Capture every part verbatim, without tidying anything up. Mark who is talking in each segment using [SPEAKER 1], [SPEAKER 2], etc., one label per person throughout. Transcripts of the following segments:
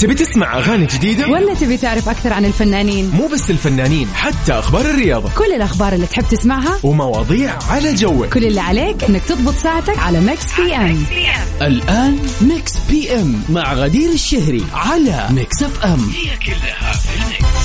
[SPEAKER 1] تبي تسمع أغاني جديدة
[SPEAKER 2] ولا تبي تعرف أكثر عن الفنانين؟
[SPEAKER 1] مو بس الفنانين، حتى أخبار الرياضة،
[SPEAKER 2] كل الأخبار اللي تحب تسمعها
[SPEAKER 1] ومواضيع على جوك.
[SPEAKER 2] كل اللي عليك إنك تضبط ساعتك على ميكس بي ام.
[SPEAKER 3] الآن ميكس بي ام مع غدير الشهري على ميكس اف ام.
[SPEAKER 1] هي كلها في الميكس.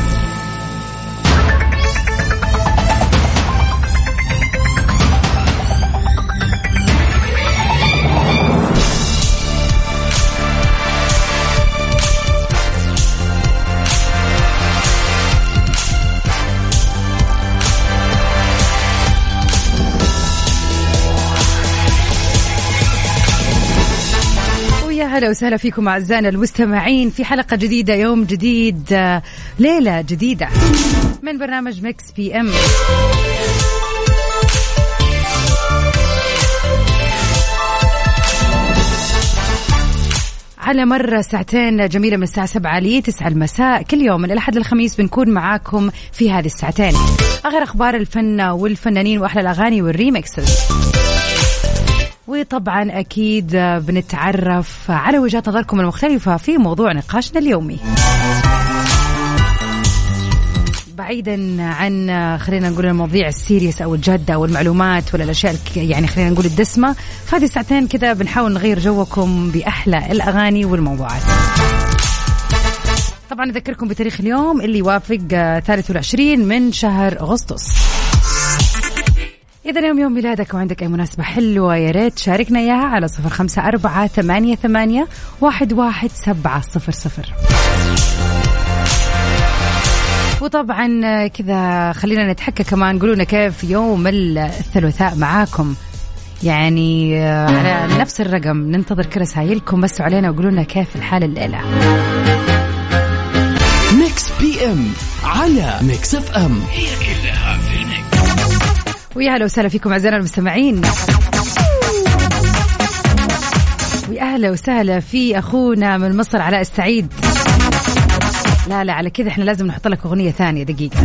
[SPEAKER 2] أهلا وسهلا فيكم أعزائنا المستمعين في حلقة جديدة، يوم جديد، ليلة جديدة من برنامج ميكس بي ام. على مر ساعتين جميلة من الساعة سبعة لتسعة المساء كل يوم من الأحد للخميس بنكون معاكم في هذه الساعتين، آخر أخبار الفن والفنانين وأحلى الأغاني والريمكسز، وطبعا أكيد بنتعرف على وجهات نظركم المختلفة في موضوع نقاشنا اليومي، بعيدا عن خلينا نقول المواضيع السيريس أو الجادة أو المعلومات ولا الأشياء يعني خلينا نقول الدسمة. فهذه الساعتين كذا بنحاول نغير جوكم بأحلى الأغاني والموضوعات. طبعا أذكركم بتاريخ اليوم اللي يوافق ثالث والعشرين من شهر أغسطس. إذا اليوم يوم ميلادك وعندك أي مناسبة حلوة يا ريت تشاركنا إياها على صفر خمسة أربعة ثمانية ثمانية واحد واحد سبعة صفر صفر. وطبعا كذا خلينا نتحكى كمان، قولونا كيف يوم الثلاثاء معاكم، يعني على نفس الرقم ننتظر كل رسايلكم، بس علينا وقولونا كيف الحال الليلة.
[SPEAKER 3] ميكس بي ام على ميكس اف ام،
[SPEAKER 1] هي كلها في الميكس.
[SPEAKER 2] ويا هلا وسهلا فيكم أعزائنا المستمعين، ويا أهلا وسهلا في أخونا من مصر علاء السعيد. لا لا على كذا احنا لازم نحط لك أغنية ثانية دقيقة.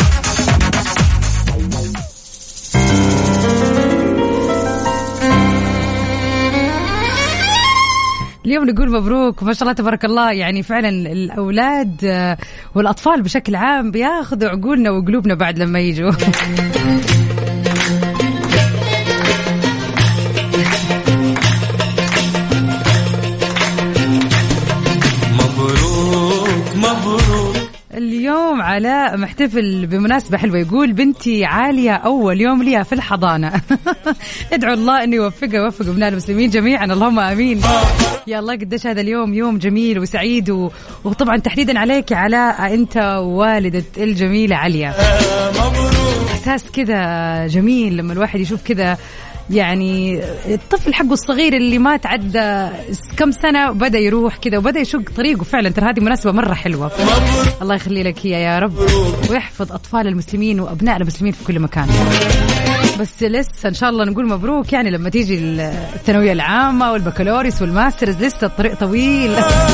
[SPEAKER 2] اليوم نقول مبروك ما شاء الله تبارك الله، يعني فعلا الأولاد والأطفال بشكل عام بياخذوا عقولنا وقلوبنا بعد لما يجوا. اليوم علاء محتفل بمناسبة حلوة، يقول بنتي عالية أول يوم ليها في الحضانة. ادعو الله أن يوفقها ويوفق ابناء المسلمين جميعا، اللهم آمين. يا الله قديش هذا اليوم يوم جميل وسعيد، و... وطبعا تحديدا عليك علاء أنت ووالدة الجميلة عليا. إحساس كذا جميل لما الواحد يشوف كذا يعني الطفل حقه الصغير اللي ما تعدى كم سنة بدأ يروح كذا وبدأ يشق طريقه. فعلا ترى هذه مناسبة مرة حلوة، الله يخلي لك هي يا رب، ويحفظ أطفال المسلمين وأبناء المسلمين في كل مكان. بس لسه إن شاء الله نقول مبروك، يعني لما تيجي الثانوية العامة والبكالوريوس والماسترز لسه الطريق طويل.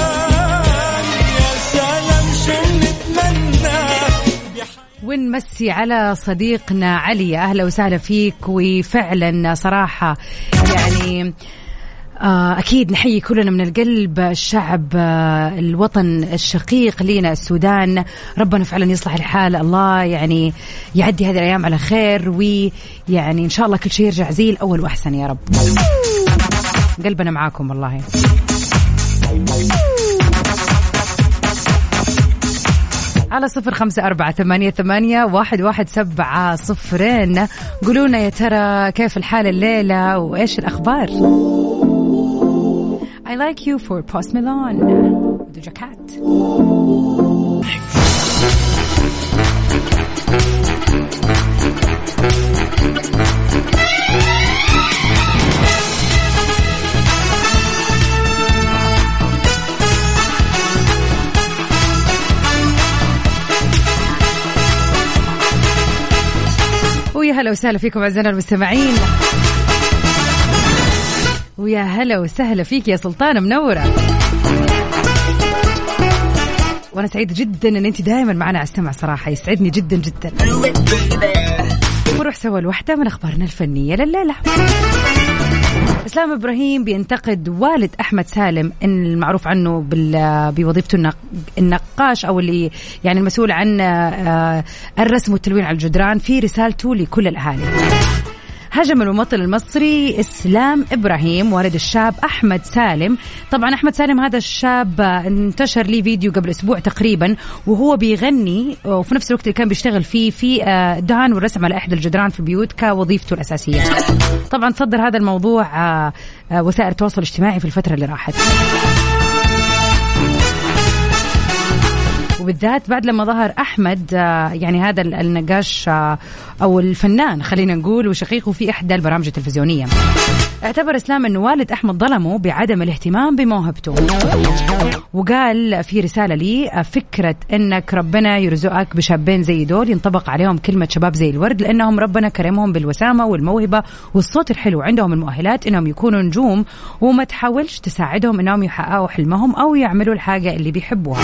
[SPEAKER 2] ونمسي على صديقنا علي، أهلا وسهلا فيك. وفعلا صراحة يعني أكيد نحيي كلنا من القلب الشعب الوطن الشقيق لنا السودان، ربنا فعلا يصلح الحال، الله يعني يعدي هذه الأيام على خير، ويعني إن شاء الله كل شيء يرجع زي الأول وأحسن يا رب. قلبنا معاكم والله. على صفر خمسة أربعة ثمانية ثمانية واحد واحد سبعة صفرين قولونا يا ترى كيف الحال الليلة وإيش الأخبار. I like you for Post Malone Doja Cat. ويا هلا وسهلا فيكم أعزائنا المستمعين، ويا هلا وسهلا فيك يا سلطانة منورة، وأنا سعيدة جدا أن أنت دائما معنا على السمع، صراحة يسعدني جدا جدا. ونروح سوا الوحدة من أخبارنا الفنية لليلة. إسلام إبراهيم بينتقد والد أحمد سالم إن المعروف عنه بوظيفته النقاش أو اللي يعني المسؤول عن الرسم والتلوين على الجدران في رسالته لكل الأهالي. هجم الممثل المصري إسلام إبراهيم والد الشاب أحمد سالم. طبعا أحمد سالم هذا الشاب انتشر لي فيديو قبل أسبوع تقريبا وهو بيغني وفي نفس الوقت اللي كان بيشتغل فيه في دهان والرسم على إحدى الجدران في البيوت كوظيفته الأساسية. طبعا صدر هذا الموضوع وسائل التواصل الاجتماعي في الفترة اللي راحت، وبالذات بعد لما ظهر أحمد يعني هذا النقاش أو الفنان خلينا نقول وشقيقه في إحدى البرامج التلفزيونية. اعتبر إسلام أنه والد أحمد ظلمه بعدم الاهتمام بموهبته، وقال في رسالة لي فكرة أنك ربنا يرزقك بشابين زي دول ينطبق عليهم كلمة شباب زي الورد، لأنهم ربنا كرمهم بالوسامة والموهبة والصوت الحلو، عندهم المؤهلات أنهم يكونوا نجوم، وما تحاولش تساعدهم أنهم يحققوا حلمهم أو يعملوا الحاجة اللي بيحبوها.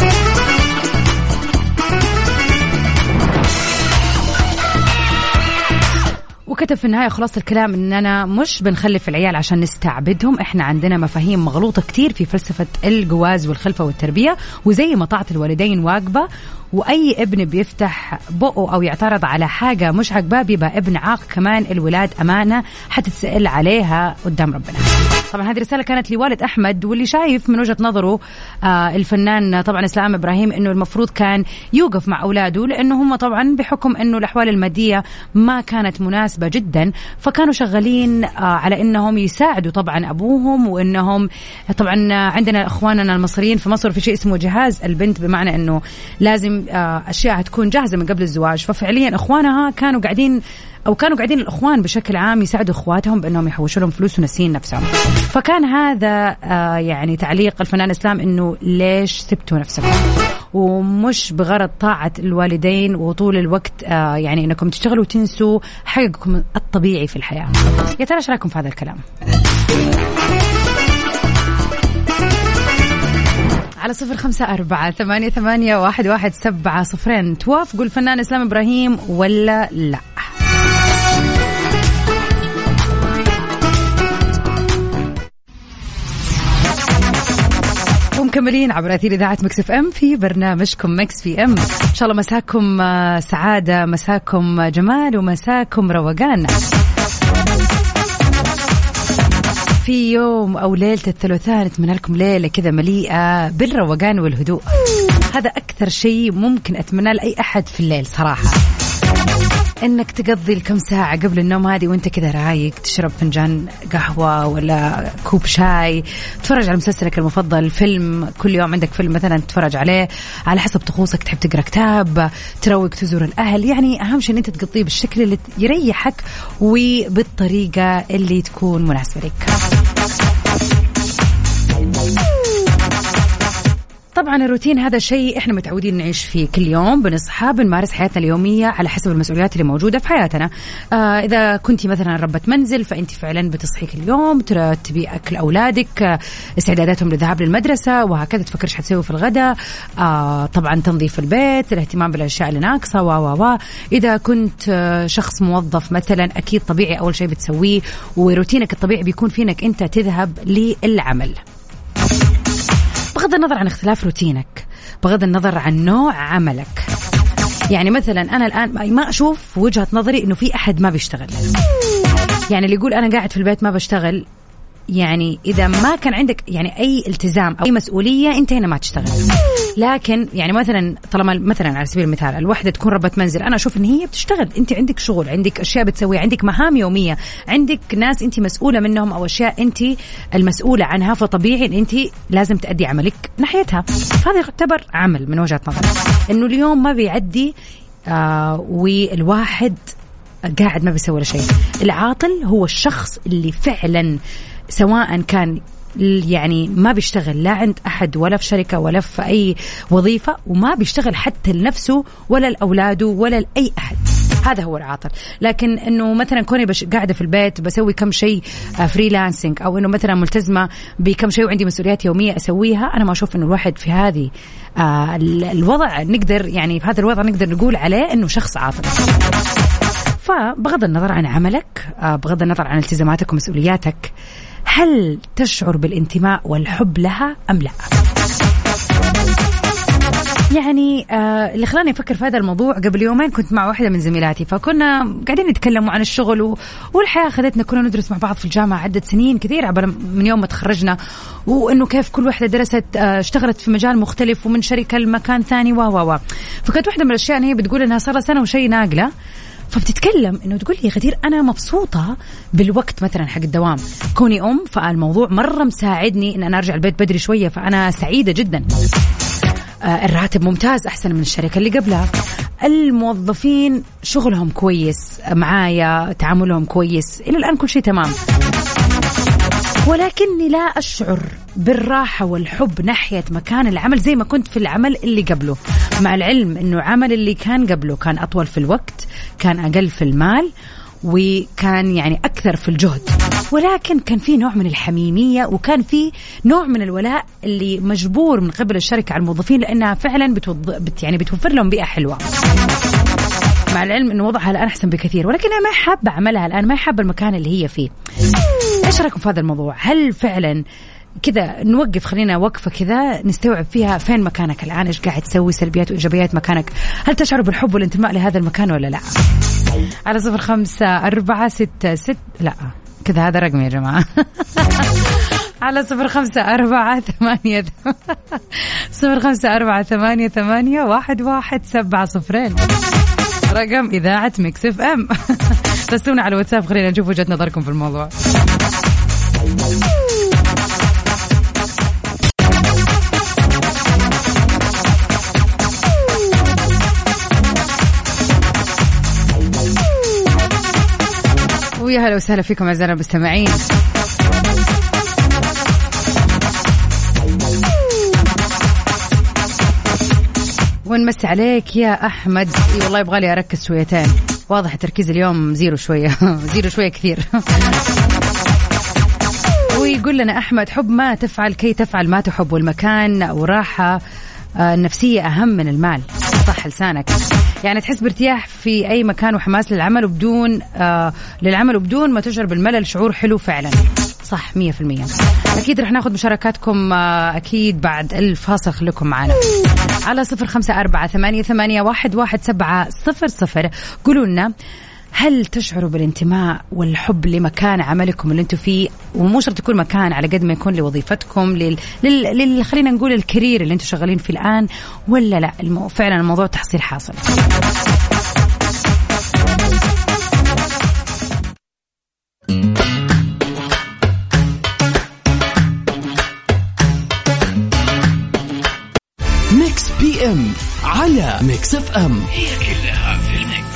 [SPEAKER 2] وكتب في النهاية خلاص الكلام إننا مش بنخلف العيال عشان نستعبدهم، إحنا عندنا مفاهيم مغلوطة كتير في فلسفة الجواز والخلفة والتربية، وزي ما طاعة الوالدين واجبة وأي ابن بيفتح بقه أو يعترض على حاجة مش عجباه بيبقى ابن عاق، كمان الولاد أمانة حتتسأل عليها قدام ربنا. طبعا هذه رسالة كانت لوالد أحمد، واللي شايف من وجهة نظره آه الفنان طبعا إسلام إبراهيم إنه المفروض كان يوقف مع أولاده، لأنه هم طبعا بحكم إنه الأحوال المادية ما كانت مناسبة جدا، فكانوا شغالين آه على إنهم يساعدوا طبعا أبوهم، وإنهم طبعا عندنا إخواننا المصريين في مصر في شيء اسمه جهاز البنت، بمعنى إنه لازم آه أشياء تكون جاهزة من قبل الزواج، ففعليا إخوانها كانوا قاعدين أو كانوا قاعدين الأخوان بشكل عام يساعدوا إخواتهم بأنهم يحوشوا لهم فلوس ونسين نفسهم. فكان هذا آه يعني تعليق الفنان إسلام إنه ليش سبتوا نفسكم، ومش بغرض طاعة الوالدين وطول الوقت آه يعني إنكم تشتغلوا وتنسوا حقكم الطبيعي في الحياة. يا ترى إيش رأيكم في هذا الكلام؟ على صفر خمسة أربعة ثمانية ثمانية واحد واحد سبعة صفرين توافقوا الفنان إسلام إبراهيم ولا لا؟ ومكملين عبر أثير إذاعة مكس اف ام في برنامجكم مكس في ام. إن شاء الله مساكم سعادة، مساكم جمال، ومساكم روقان في يوم أو ليلة الثلاثاء. نتمنى لكم ليلة كذا مليئة بالروقان والهدوء. هذا أكثر شيء ممكن أتمنى لأي أحد في الليل صراحة، إنك تقضي الكم ساعة قبل النوم هذه وإنت كذا رايق، تشرب فنجان قهوة ولا كوب شاي، تتفرج على مسلسلك المفضل، فيلم كل يوم عندك فيلم مثلا تتفرج عليه على حسب طقوسك، تحب تقرأ كتاب، تروق، تزور الأهل. يعني أهم شيء إن أنت تقضيه بالشكل اللي يريحك وبالطريقة اللي تكون مناسبة لك. طبعا الروتين هذا شيء احنا متعودين نعيش فيه، كل يوم بنصحى بنمارس حياتنا اليومية على حسب المسؤوليات اللي موجودة في حياتنا. آه إذا كنتي مثلا ربة منزل فأنت فعلا بتصحي كل يوم ترتبي أكل أولادك، آه استعداداتهم للذهاب للمدرسة، وهكذا تفكرش حتسوي في الغداء. آه طبعا تنظيف البيت، الاهتمام بالأشياء اللي ناقصة و و و إذا كنت آه شخص موظف مثلا أكيد طبيعي أول شيء بتسويه وروتينك الطبيعي بيكون فينك أنت تذهب للعمل، بغض النظر عن اختلاف روتينك، بغض النظر عن نوع عملك. يعني مثلا أنا الآن ما أشوف وجهة نظري إنه في أحد ما بيشتغل، يعني اللي يقول أنا قاعد في البيت ما بشتغل، يعني إذا ما كان عندك يعني أي التزام أو أي مسؤولية أنت هنا ما تشتغل. لكن يعني مثلا طالما مثلا على سبيل المثال الوحدة تكون ربة منزل، أنا أشوف إن هي بتشتغل، أنت عندك شغل، عندك أشياء بتسويها، عندك مهام يومية، عندك ناس أنت مسؤولة منهم أو أشياء أنت المسؤولة عنها، فطبيعي إن أنت لازم تأدي عملك ناحيتها. هذا يعتبر عمل من وجهة نظري، إنه اليوم ما بيعدي آه والواحد قاعد ما بيسوي ولا شيء. العاطل هو الشخص اللي فعلا سواء كان يعني ما بيشتغل لا عند أحد ولا في شركة ولا في أي وظيفة، وما بيشتغل حتى لنفسه ولا لأولاده ولا لأي أحد، هذا هو العاطل. لكن إنه مثلا كوني بش قاعدة في البيت بسوي كم شيء فريلانسينج، أو إنه مثلا ملتزمة بكم شيء وعندي مسؤوليات يومية أسويها، أنا ما أشوف إنه الواحد في هذه الوضع نقدر يعني في هذا الوضع نقدر نقول عليه إنه شخص عاطل. فبغض النظر عن عملك، بغض النظر عن التزاماتك ومسؤولياتك، هل تشعر بالانتماء والحب لها أم لا؟ يعني آه اللي خلاني أفكر في هذا الموضوع، قبل يومين كنت مع واحدة من زميلاتي، فكنا قاعدين نتكلم عن الشغل و... والحياة أخذتنا، كنا ندرس مع بعض في الجامعة عدة سنين كثير عبر من يوم ما تخرجنا، وإنه كيف كل واحدة درست آه اشتغلت في مجال مختلف ومن شركة لمكان ثاني و و فكانت واحدة من الأشياء هي بتقول إنها صار سنة وشي ناقلة، فبتتكلم إنه تقول لي غدير أنا مبسوطة بالوقت مثلا حق الدوام، كوني أم فالموضوع مرة مساعدني إن أنا أرجع البيت بدري شوية، فأنا سعيدة جدا. آه الراتب ممتاز أحسن من الشركة اللي قبلها، الموظفين شغلهم كويس معايا، تعاملهم كويس، إلى الآن كل شيء تمام، ولكني لا أشعر بالراحة والحب ناحية مكان العمل زي ما كنت في العمل اللي قبله، مع العلم أنه عمل اللي كان قبله كان أطول في الوقت، كان أقل في المال، وكان يعني أكثر في الجهد، ولكن كان في نوع من الحميمية، وكان في نوع من الولاء اللي مجبور من قبل الشركة على الموظفين، لأنها فعلا بتوض... بت يعني بتوفر لهم بيئة حلوة، مع العلم أنه وضعها الآن أحسن بكثير، ولكن أنا ما حابة عملها الآن، ما حابة المكان اللي هي فيه. إيش رأيكم في هذا الموضوع؟ هل فعلا كذا نوقف، خلينا وقفة كذا نستوعب فيها فين مكانك الآن، إيش قاعد تسوي، سلبيات وإيجابيات مكانك، هل تشعر بالحب والانتماء لهذا المكان ولا لا؟ على صفر خمسة أربعة ستة ست لا كذا هذا رقم يا جماعة على صفر خمسة أربعة ثمانية صفر خمسة أربعة ثمانية ثمانية واحد واحد سبعة صفرين رقم إذاعة ميكس اف ام. رسلونا على الواتساب، خلينا نشوف وجهة نظركم في الموضوع. ويا هلا وسهلا فيكم أعزائنا المستمعين. ونمس عليك يا أحمد. إيه والله يبغالي أركز شويتين، واضح التركيز اليوم زيرو شوية زيرو شوية كثير. ويقول لنا أحمد: حب ما تفعل كي تفعل ما تحب، والمكان وراحة النفسية أهم من المال. صح لسانك، يعني تحس بارتياح في أي مكان وحماس للعمل وبدون آه للعمل وبدون ما تشعر بالملل، شعور حلو فعلا. صح مية في المية. أكيد رح ناخد مشاركاتكم آه أكيد بعد الفاصل، خليكم معنا على صفر خمسة أربعة ثمانية ثمانية واحد واحد سبعة صفر صفر. قولوا لنا هل تشعروا بالانتماء والحب لمكان عملكم اللي انتم فيه، ومو شرط يكون مكان على قد ما يكون لوظيفتكم، لل... لل... لل... خلينا نقول الكارير اللي انتم شغالين فيه الآن، ولا لا الم... فعلا الموضوع تحصيل حاصل.
[SPEAKER 3] ميكس بي ام على ميكس اف ام،
[SPEAKER 1] هي كلها في الميكس.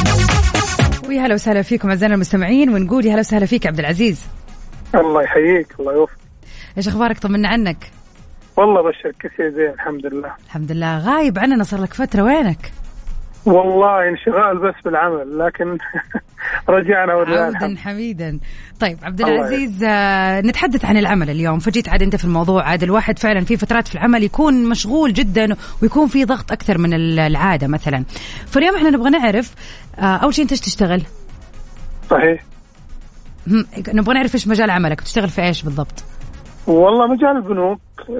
[SPEAKER 2] ويا هلا وسهلا فيكم أعزائنا المستمعين، ونقول يا هلا وسهلا فيك عبد العزيز.
[SPEAKER 4] الله يحييك، الله يوفقك.
[SPEAKER 2] ايش اخبارك؟ طمنا عنك.
[SPEAKER 4] والله بشرك كثير زين الحمد لله.
[SPEAKER 2] الحمد لله. غايب عننا صار لك فترة، وينك؟
[SPEAKER 4] والله انشغال بس بالعمل، لكن رجعنا ولله الحمد.
[SPEAKER 2] عودا حميدا. طيب عبد العزيز، آه نتحدث عن العمل اليوم، فجيت عاد انت في الموضوع. عاد الواحد فعلا في فترات في العمل يكون مشغول جدا ويكون في ضغط اكثر من العادة مثلا، فاليوم احنا نبغى نعرف آه اول شيء انت ايش تشتغل؟
[SPEAKER 4] صحيح.
[SPEAKER 2] نبغى نعرف ايش مجال عملك، تشتغل في ايش بالضبط؟
[SPEAKER 4] والله مجال البنوك،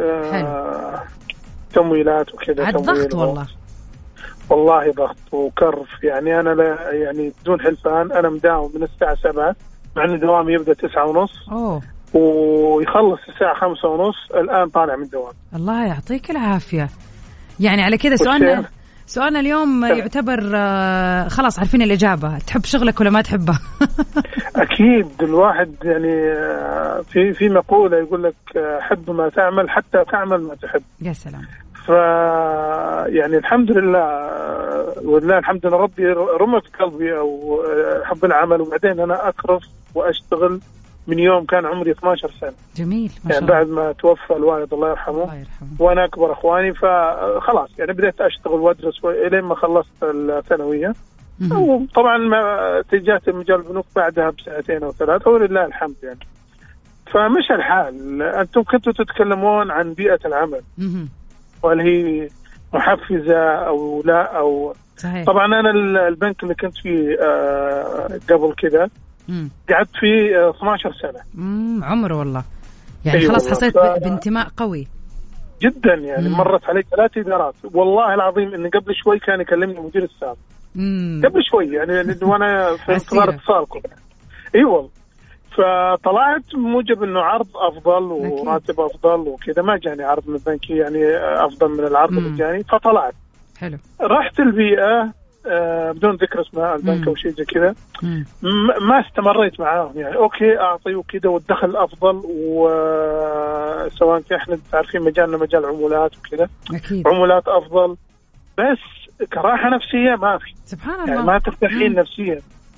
[SPEAKER 4] آه تمويلات وكذا.
[SPEAKER 2] عاد ضغط والله.
[SPEAKER 4] والله ضغط وكرف، يعني أنا لا يعني بدون حلفان أنا مداوم من الساعة سبعة، مع إن دوامي يبدأ تسعة ونص
[SPEAKER 2] أوه.
[SPEAKER 4] ويخلص الساعة خمسة ونص. الآن طالع من دوام. الله
[SPEAKER 2] يعطيك العافية. يعني على كذا سؤالنا سؤالنا اليوم يعتبر خلاص عارفين الإجابة، تحب شغلك ولا ما تحبه؟
[SPEAKER 4] أكيد الواحد يعني في في مقولة يقول لك حب ما تعمل حتى تعمل ما تحب.
[SPEAKER 2] يا سلام.
[SPEAKER 4] ف يعني الحمد لله والله الحمد لله ربي رمى في قلبي او حب العمل، وبعدين انا اكرف واشتغل من يوم كان عمري اثني عشر سنة.
[SPEAKER 2] جميل ما
[SPEAKER 4] شاء الله. يعني بعد ما توفى الوالد الله يرحمه, الله يرحمه. وانا اكبر اخواني، فخلاص يعني بديت اشتغل وادرس الين ما خلصت الثانويه. وطبعا ما اتجهت لمجال البنوك بعدها بسنتين او ثلاثه ولله الحمد. يعني فمش الحال. انتم كنتوا تتكلمون عن بيئه العمل وهل هي محفزة أو لا، أو
[SPEAKER 2] صحيح.
[SPEAKER 4] طبعا أنا البنك اللي كنت فيه قبل كده قعدت فيه اثنا عشر سنة.
[SPEAKER 2] مم. عمر والله يعني أيوة خلاص حسيت ف... بانتماء قوي
[SPEAKER 4] جدا يعني. مم. مرت علي ثلاث إدارات والله العظيم. إن قبل شوي كان يكلمني مدير السابق قبل شوي يعني وأنا في انتظار اتصالكم. أيوة فطلعت موجب إنه عرض أفضل وراتب أفضل وكذا. ما جاني عرض من البنك يعني أفضل من العرض اللي جاني فطلعت.
[SPEAKER 2] حلو.
[SPEAKER 4] رحت البيئة آه بدون ذكر اسمها البنك أو شيء زي كذا. ما استمريت معاهم يعني. أوكي أعطي وكذا والدخل أفضل وسواء احنا تعرفين مجالنا مجال عمولات وكذا عمولات أفضل بس كراحة نفسية ما في.
[SPEAKER 2] سبحان الله
[SPEAKER 4] يعني ما ترتاحين نفسيا.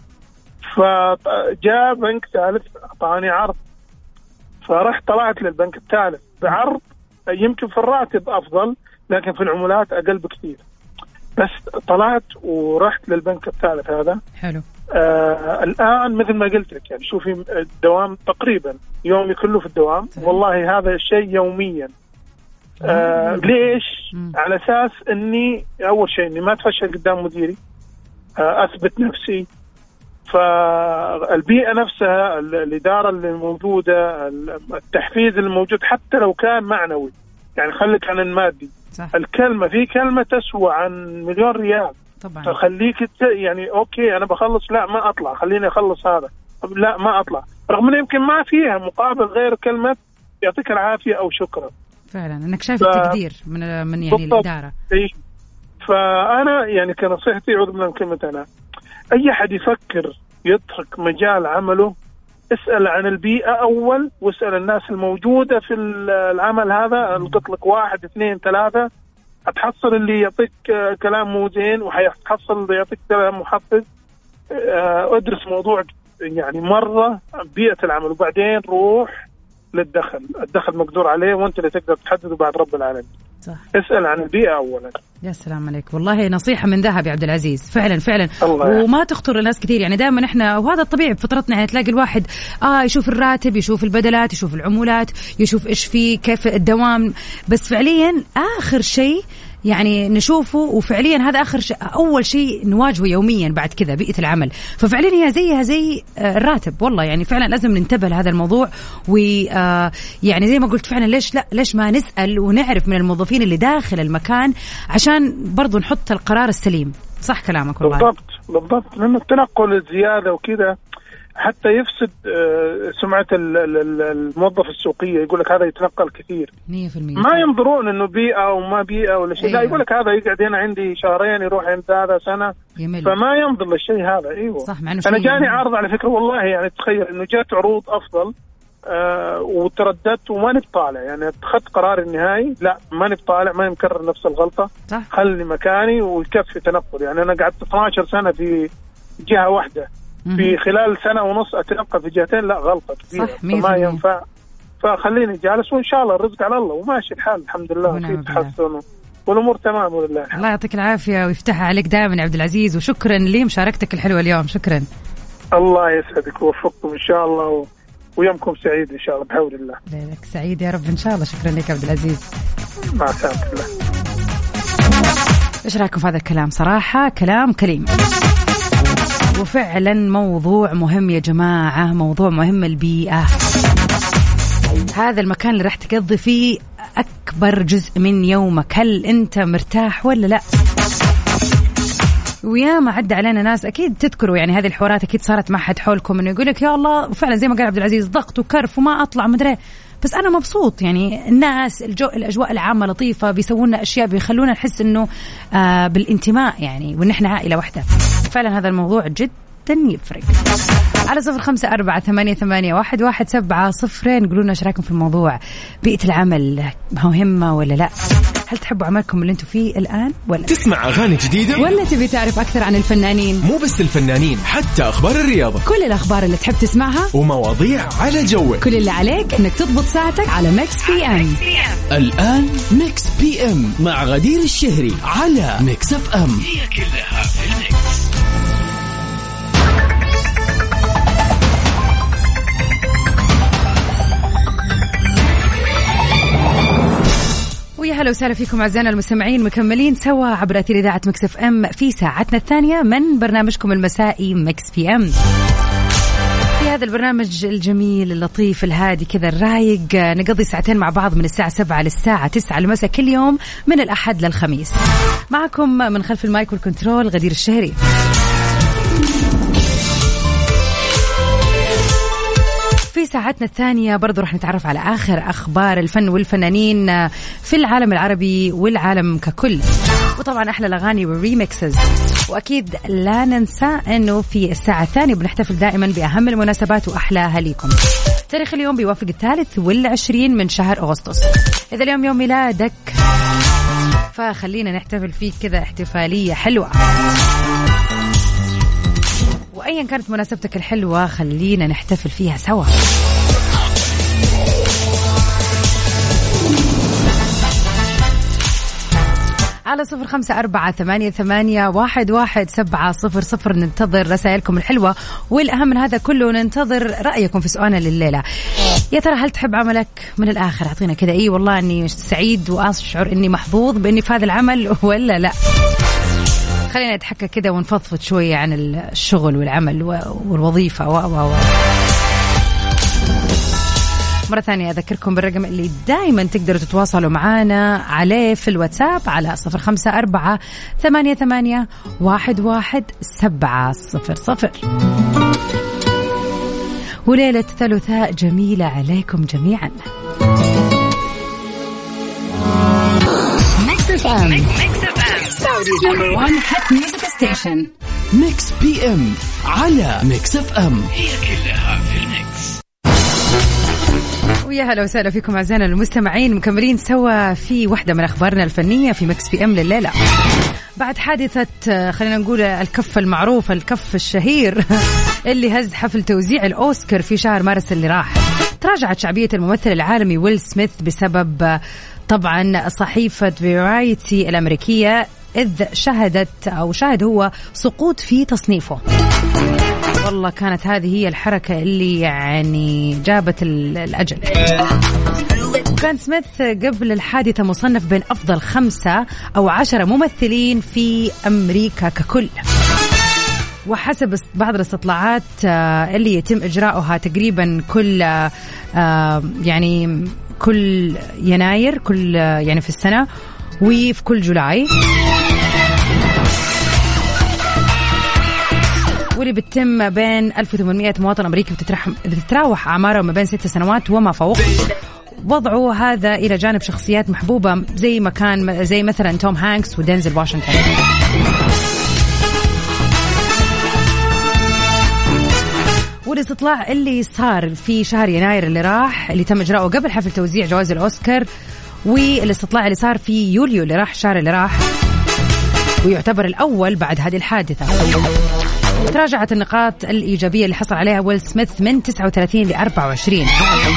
[SPEAKER 4] فجاء بنك ثالث أعطاني عرض فرحت طلعت للبنك الثالث بعرض يمكن في الراتب أفضل لكن في العمولات أقل بكثير. بس طلعت ورحت للبنك الثالث هذا.
[SPEAKER 2] حلو.
[SPEAKER 4] آه الآن مثل ما قلت لك يعني شوفي الدوام تقريبا يومي كله في الدوام. والله هذا الشيء يوميا. آه ليش؟ مم. على أساس أني أول شيء أني ما أتفشل قدام مديري. آه أثبت نفسي. فالبيئة نفسها الإدارة اللي موجودة التحفيز الموجود حتى لو كان معنوي يعني خليك عن المادي. صح. الكلمة في كلمة تسوى عن مليون ريال
[SPEAKER 2] طبعا.
[SPEAKER 4] خليك يعني أوكي أنا بخلص لا ما أطلع خليني أخلص هذا لا ما أطلع رغم أنه يمكن ما فيها مقابل غير كلمة يعطيك العافية أو شكرا.
[SPEAKER 2] فعلا أنك شايف ف... التقدير من من يعني الإدارة.
[SPEAKER 4] إيه. فأنا يعني كنصيحتي عوض من كلمة أنا أي حد يفكر يترك مجال عمله اسأل عن البيئة أول واسأل الناس الموجودة في العمل هذا. القط لك واحد اثنين ثلاثة هتحصل اللي يعطيك كلام مو زين وهيحصل اللي يعطيك كلام محفز. ادرس موضوع يعني مرة بيئة العمل وبعدين روح للدخل. الدخل مقدور عليه وانت اللي تقدر تحدده بعد رب العالمين.
[SPEAKER 2] صح.
[SPEAKER 4] اسأل عن البيئة أولا.
[SPEAKER 2] يا سلام عليك والله نصيحة من ذهب يا عبد العزيز فعلا فعلا. وما تخطر لناس كثير يعني دائما احنا وهذا الطبيعي بفطرتنا يعني تلاقي الواحد اه يشوف الراتب يشوف البدلات يشوف العمولات يشوف ايش فيه كيف الدوام بس فعليا آخر شيء يعني نشوفه وفعليا هذا آخر شيء أول شيء نواجهه يوميا بعد كذا بيئة العمل. ففعليا هي زيها زي الراتب والله يعني فعلا لازم ننتبه لهذا الموضوع ويعني زي ما قلت فعلا ليش لا ليش ما نسأل ونعرف من الموظفين اللي داخل المكان عشان برضو نحط القرار السليم. صح كلامك والله.
[SPEAKER 4] بالضبط بالضبط لأن التنقل الزيادة وكذا حتى يفسد سمعة الموظف السوقية. يقول لك هذا يتنقل كثير
[SPEAKER 2] مية في المية.
[SPEAKER 4] ما ينظرون إنه بيئة وما بيئة ولا شيء. أيوة. لا يقول لك هذا يقعد هنا عندي شهرين يروح عند هذا سنة يمل. فما ينظر للشيء هذا. أيوة
[SPEAKER 2] صح.
[SPEAKER 4] أنا جاني عرض على فكرة والله يعني تخيل إنه جات عروض أفضل آه وترددت وما نبطالع يعني اتخذت قرار النهائي لا ما نبطالع ما نكرر نفس الغلطة.
[SPEAKER 2] صح.
[SPEAKER 4] خلي مكاني ويكفي تنقل يعني أنا قعدت اثنا عشر سنة في جهة واحدة في خلال سنة ونص أتنقل في جهتين لا غلطة كبيرة فما ينفع. فخليني جالس وإن شاء الله الرزق على الله وماشي الحال الحمد لله في تحسن والأمور تمام ولله.
[SPEAKER 2] الله يعطيك العافية ويفتحها عليك دائما عبد العزيز وشكرا لي مشاركتك الحلوة اليوم. شكرا.
[SPEAKER 4] الله يسعدك ووفقكم إن شاء الله و... ويومكم سعيد إن شاء الله بحول الله.
[SPEAKER 2] ليلك سعيد يا رب إن شاء الله. شكرا لك عبد العزيز.
[SPEAKER 4] مع سلامة الله.
[SPEAKER 2] إيش رأيكم في هذا الكلام؟ صراحة كلام كريم وفعلا موضوع مهم يا جماعة. موضوع مهم البيئة. هذا المكان اللي راح تقضي فيه أكبر جزء من يومك هل أنت مرتاح ولا لا؟ ويا ما عدى علينا ناس أكيد تذكروا يعني هذه الحوارات أكيد صارت مع حد حولكم إنه يقولك يا الله فعلا زي ما قال عبد العزيز ضغط وكرف وما أطلع مدري بس أنا مبسوط يعني الناس الجو الأجواء العامة لطيفة بيسوونا أشياء بيخلونا نحس إنه آه بالانتماء يعني وإن إحنا عائلة واحدة. فعلا هذا الموضوع جدا يفرق. على صفر خمسة أربعة ثمانية ثمانية واحد واحد سبعة صفرين قولوا لنا إيش رأيكم في الموضوع. بيئة العمل مهمة ولا لا؟ هل تحبوا عملكم اللي انتم فيه الآن ولا
[SPEAKER 3] تسمع أغاني جديدة
[SPEAKER 2] ولا تبي تعرف أكثر عن الفنانين؟
[SPEAKER 3] مو بس الفنانين حتى أخبار الرياضة
[SPEAKER 2] كل الأخبار اللي تحب تسمعها
[SPEAKER 3] ومواضيع على جوك.
[SPEAKER 2] كل اللي عليك إنك تضبط ساعتك على ميكس بي ام.
[SPEAKER 3] الآن ميكس بي ام مع غدير الشهري على ميكس اف ام.
[SPEAKER 1] هي كلها في الميكس.
[SPEAKER 2] ويا هلا وسهلا فيكم أعزائنا المستمعين، مكملين سوا عبر أثير إذاعة مكس اف ام في ساعتنا الثانية من برنامجكم المسائي مكس بي ام. في هذا البرنامج الجميل اللطيف الهادي كذا الرايق نقضي ساعتين مع بعض من الساعة سبعة للساعة تسعة المساء كل يوم من الأحد للخميس. معكم من خلف المايك والكنترول غدير الشهري. في ساعتنا الثانية برضو رح نتعرف على آخر أخبار الفن والفنانين في العالم العربي والعالم ككل، وطبعا أحلى الأغاني والريمكسز، وأكيد لا ننسى أنه في الساعة الثانية بنحتفل دائما بأهم المناسبات وأحلاها ليكم. تاريخ اليوم بيوافق الثالث والعشرين من شهر أغسطس. إذا اليوم يوم ميلادك فخلينا نحتفل فيه كذا احتفالية حلوة، وأيا كانت مناسبتك الحلوة خلينا نحتفل فيها سوا. على صفر خمسة أربعة ثمانية ثمانية واحد واحد سبعة صفر صفر ننتظر رسائلكم الحلوة، والأهم من هذا كله ننتظر رأيكم في سؤالنا لليلة. يا ترى هل تحب عملك؟ من الآخر أعطينا كذا إيه والله أني سعيد وأشعر أني محظوظ بأني في هذا العمل ولا لا. خلينا نتحكى كده ونفضفض شوية عن الشغل والعمل والوظيفة و و و مرة ثانية أذكركم بالرقم اللي دائما تقدروا تتواصلوا معنا عليه في الواتساب على صفر خمسة أربعة ثمانية ثمانية واحد واحد سبعة صفر صفر. وليلة ثلاثاء جميلة عليكم جميعا.
[SPEAKER 3] ميكس اف ام Saudi's number one hit music station. ميكس بي ام على ميكس اف ام.
[SPEAKER 1] هي كلها في الميكس.
[SPEAKER 2] ويا هلا وسهلا فيكم أعزائنا المستمعين، مكملين سوا في واحدة من أخبارنا الفنية في ميكس بي ام لليلة. بعد حادثة خلينا نقول الكف المعروف الكف الشهير اللي هز حفل توزيع الأوسكار في شهر مارس اللي راح، تراجعت شعبية الممثل العالمي ويل سميث بسبب طبعا صحيفة فيرايتي الأمريكية، إذ شهدت أو شاهد هو سقوط في تصنيفه. والله كانت هذه هي الحركة اللي يعني جابت الأجل. كان سميث قبل الحادثة مصنف بين أفضل خمسة أو عشرة ممثلين في أمريكا ككل، وحسب بعض الاستطلاعات اللي يتم إجراؤها تقريبا كل يعني كل يناير كل يعني في السنة وفي كل جولاي، واللي بتتم بين ألف وثمانمائة مواطن أمريكي بتتراوح أعمارهم ما بين ست سنوات وما فوق. وضعوا هذا إلى جانب شخصيات محبوبة زي ما كان زي مثلا توم هانكس ودينزل واشنطن. والاستطلاع اللي صار في شهر يناير اللي راح اللي تم إجراؤه قبل حفل توزيع جوائز الأوسكار، والاستطلاع اللي صار في يوليو اللي راح الشهر اللي راح، ويعتبر الأول بعد هذه الحادثة. تراجعت النقاط الإيجابية اللي حصل عليها ويل سميث من تسعة وثلاثين ل أربعة وعشرين،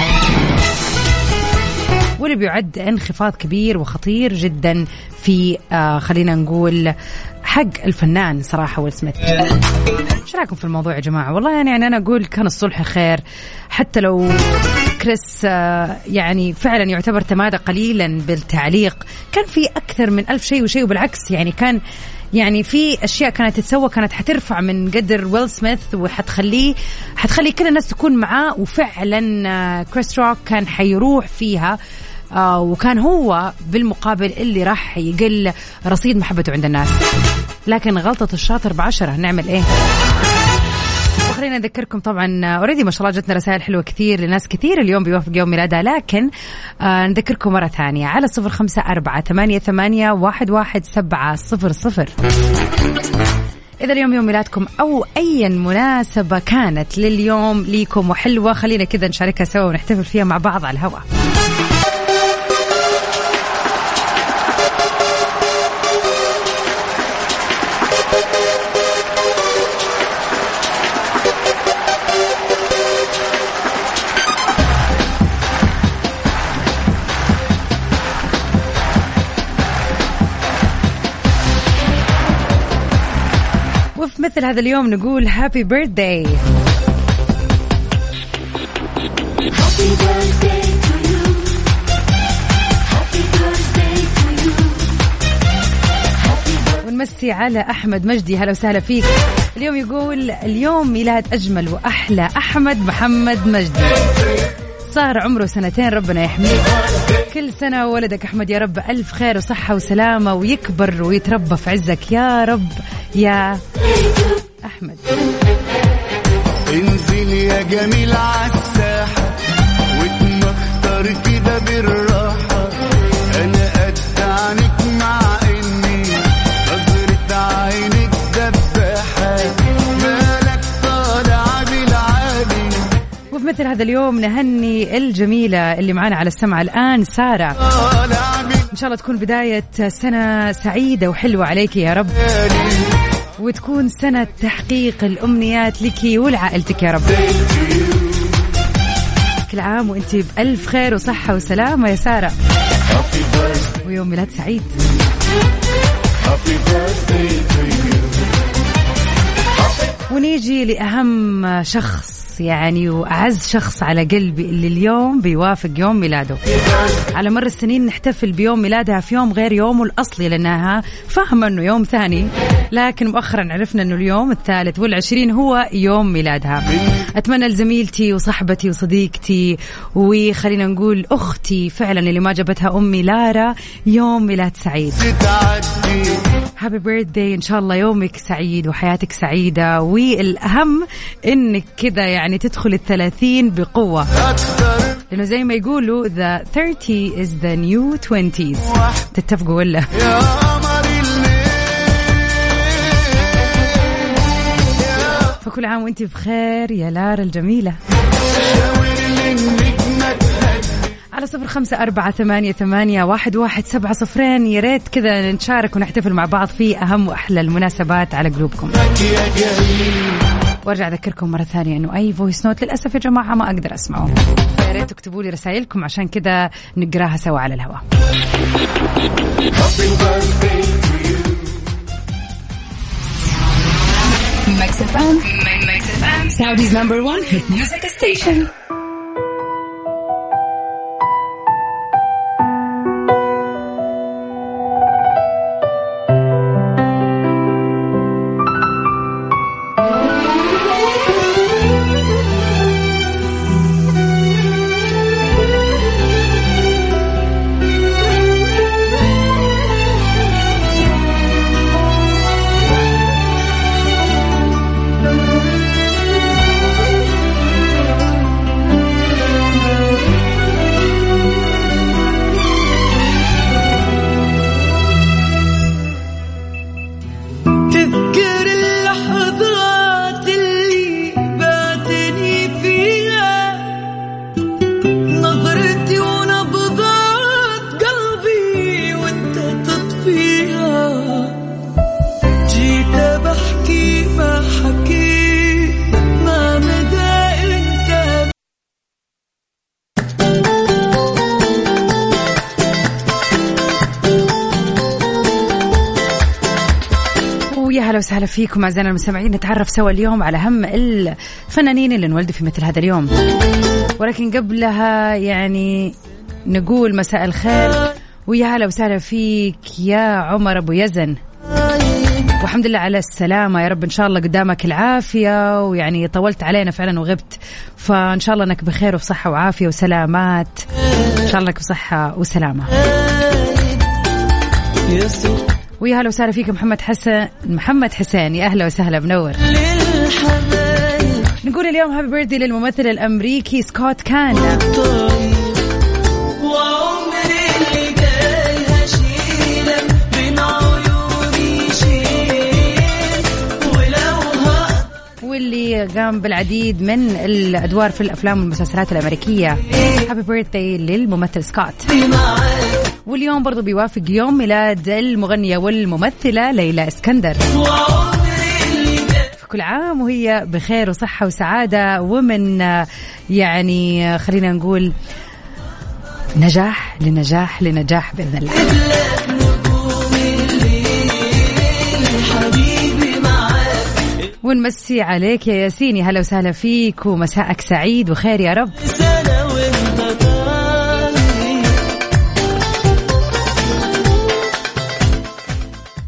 [SPEAKER 2] واللي بيعد انخفاض كبير وخطير جدا في آه خلينا نقول حق الفنان صراحة ويل سميث. ايش رايكم في الموضوع يا جماعة؟ والله يعني, يعني أنا أقول كان الصلح خير، حتى لو كريس آه يعني فعلا يعتبر تمادى قليلا بالتعليق، كان في أكثر من ألف شيء وشيء، وبالعكس يعني كان يعني في أشياء كانت تتسوى كانت حترفع من قدر ويل سميث وحتخليه حتخلي كل الناس تكون معاه، وفعلا كريس روك كان حيروح فيها آه وكان هو بالمقابل اللي راح يقل رصيد محبته عند الناس. لكن غلطة الشاطر بعشرة، نعمل ايه؟ وخلينا نذكركم طبعا اوريدي ما شاء الله جتنا رسائل حلوة كثير لناس كثير اليوم بيوافق يوم ميلادها، لكن آه نذكركم مرة ثانية على صفر خمسة أربعة ثمانية ثمانية واحد واحد سبعة صفر صفر. إذا اليوم يوم ميلادكم أو أي مناسبة كانت لليوم ليكم وحلوة، خلينا كذا نشاركها سوا ونحتفل فيها مع بعض على الهواء. وفي مثل هذا اليوم نقول هابي بيرثداي. Happy birthday to you. Happy birthday ونمسي على أحمد مجدي، هلا وسهلا فيك. اليوم يقول اليوم ميلاد أجمل وأحلى أحمد محمد مجدي، صار عمره سنتين، ربنا يحميه. كل سنة ولدك أحمد يا رب ألف خير وصحة وسلامة، ويكبر ويتربى في عزك يا رب يا أحمد.
[SPEAKER 5] انزل يا جميل عالساحة واتمختر كده بالراحة، أنا قد عنك مع إني نظرة عينك دباحة، مالك طالع بالعالي.
[SPEAKER 2] وفي مثل هذا اليوم نهني الجميلة اللي معنا على السمع الآن سارة، إن شاء الله تكون بداية سنة سعيدة وحلوة عليك يا رب، وتكون سنة تحقيق الأمنيات لك ولعائلتك يا رب. كل عام وانت بألف خير وصحة وسلامة يا سارة، ويوم ميلاد سعيد. ونيجي لأهم شخص يعني وأعز شخص على قلبي اللي اليوم بيوافق يوم ميلاده. على مر السنين نحتفل بيوم ميلادها في يوم غير يومه الأصلي لأنها فاهمة أنه يوم ثاني، لكن مؤخرا عرفنا أنه اليوم الثالث والعشرين هو يوم ميلادها. أتمنى لزميلتي وصحبتي وصديقتي وخلينا نقول أختي فعلا اللي ما جابتها أمي لارا يوم ميلاد سعيد. هابي بيرثداي، إن شاء الله يومك سعيد وحياتك سعيدة، والأهم إنك كذا يعني تدخل الثلاثين بقوة، لأنه زي ما يقولوا the thirty is the new twenties. تتفقوا ولا؟ فكل عام وانت بخير يا لارا الجميلة. على صفر خمسة أربعة ثمانية ثمانية واحد واحد سبعة صفرين، يا ريت كذا نتشارك ونحتفل مع بعض في أهم وأحلى المناسبات على قلوبكم. وارجع أذكركم مرة ثانية إنه أي فويس نوت للأسف يا جماعة ما أقدر أسمعه، يا ريت تكتبوا لي رسائلكم عشان كذا نقراها سوا على الهواء.
[SPEAKER 3] Mix إف إم, Mix إف إم, Saudi's number one hit music station.
[SPEAKER 2] أهلا وسهلا فيكم أعزائنا المستمعين. نتعرف سوا اليوم على أهم الفنانين اللي انولدوا في مثل هذا اليوم، ولكن قبلها يعني نقول مساء الخير ويا هلا وسهلا فيك يا عمر أبو يزن، والحمد لله على السلامة يا رب. إن شاء الله قدامك العافية، ويعني طولت علينا فعلا وغبت، فإن شاء الله أنك بخير وبصحة وعافية وسلامات، إن شاء الله أنك بصحة وسلامة. ويا هلا وسهلا فيك محمد حسن محمد حسين، يا أهلا وسهلا بنور. نقول اليوم هابي بيرثدي للممثل الأمريكي سكوت كان. واللي قام بالعديد من الأدوار في الأفلام والمسلسلات الأمريكية. هابي بيرثدي للممثل سكوت. واليوم برضو بيوافق يوم ميلاد المغنية والممثلة ليلى اسكندر. كل عام وهي بخير وصحة وسعادة، ومن يعني خلينا نقول نجاح لنجاح لنجاح بإذن الله. ونمسي عليك يا ياسيني، هلا وسهلا فيك ومساءك سعيد وخير يا رب.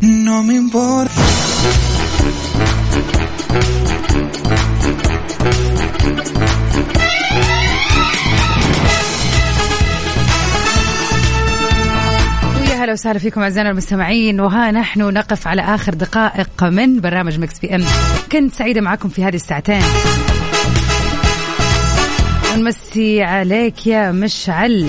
[SPEAKER 6] no me importa.
[SPEAKER 2] أهلا وسهلا فيكم أعزائنا المستمعين، وها نحن نقف على آخر دقائق من برنامج ميكس بي أم. كنت سعيدة معكم في هذه الساعتين، ونمسي عليك يا مشعل.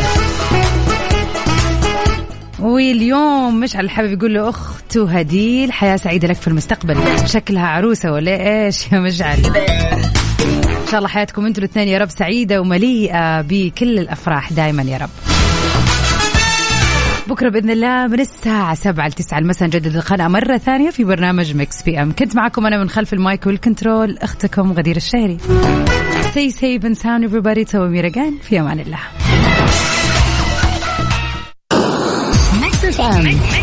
[SPEAKER 2] واليوم مشعل حابب يقول له أخته هديل حياة سعيدة لك في المستقبل. شكلها عروسة ولا إيش يا مشعل؟ إن شاء الله حياتكم أنتوا الاثنين يا رب سعيدة ومليئة بكل الأفراح دائما يا رب. بكرة بإذن الله من الساعة سبعة لتسعة المساء نجدد القناة مرة ثانية في برنامج ميكس بي أم. كنت معكم أنا من خلف المايك والكنترول أختكم غدير الشهري. Stay safe and sound everybody. تو ميرجان في أمان الله.
[SPEAKER 3] ميكس بي أم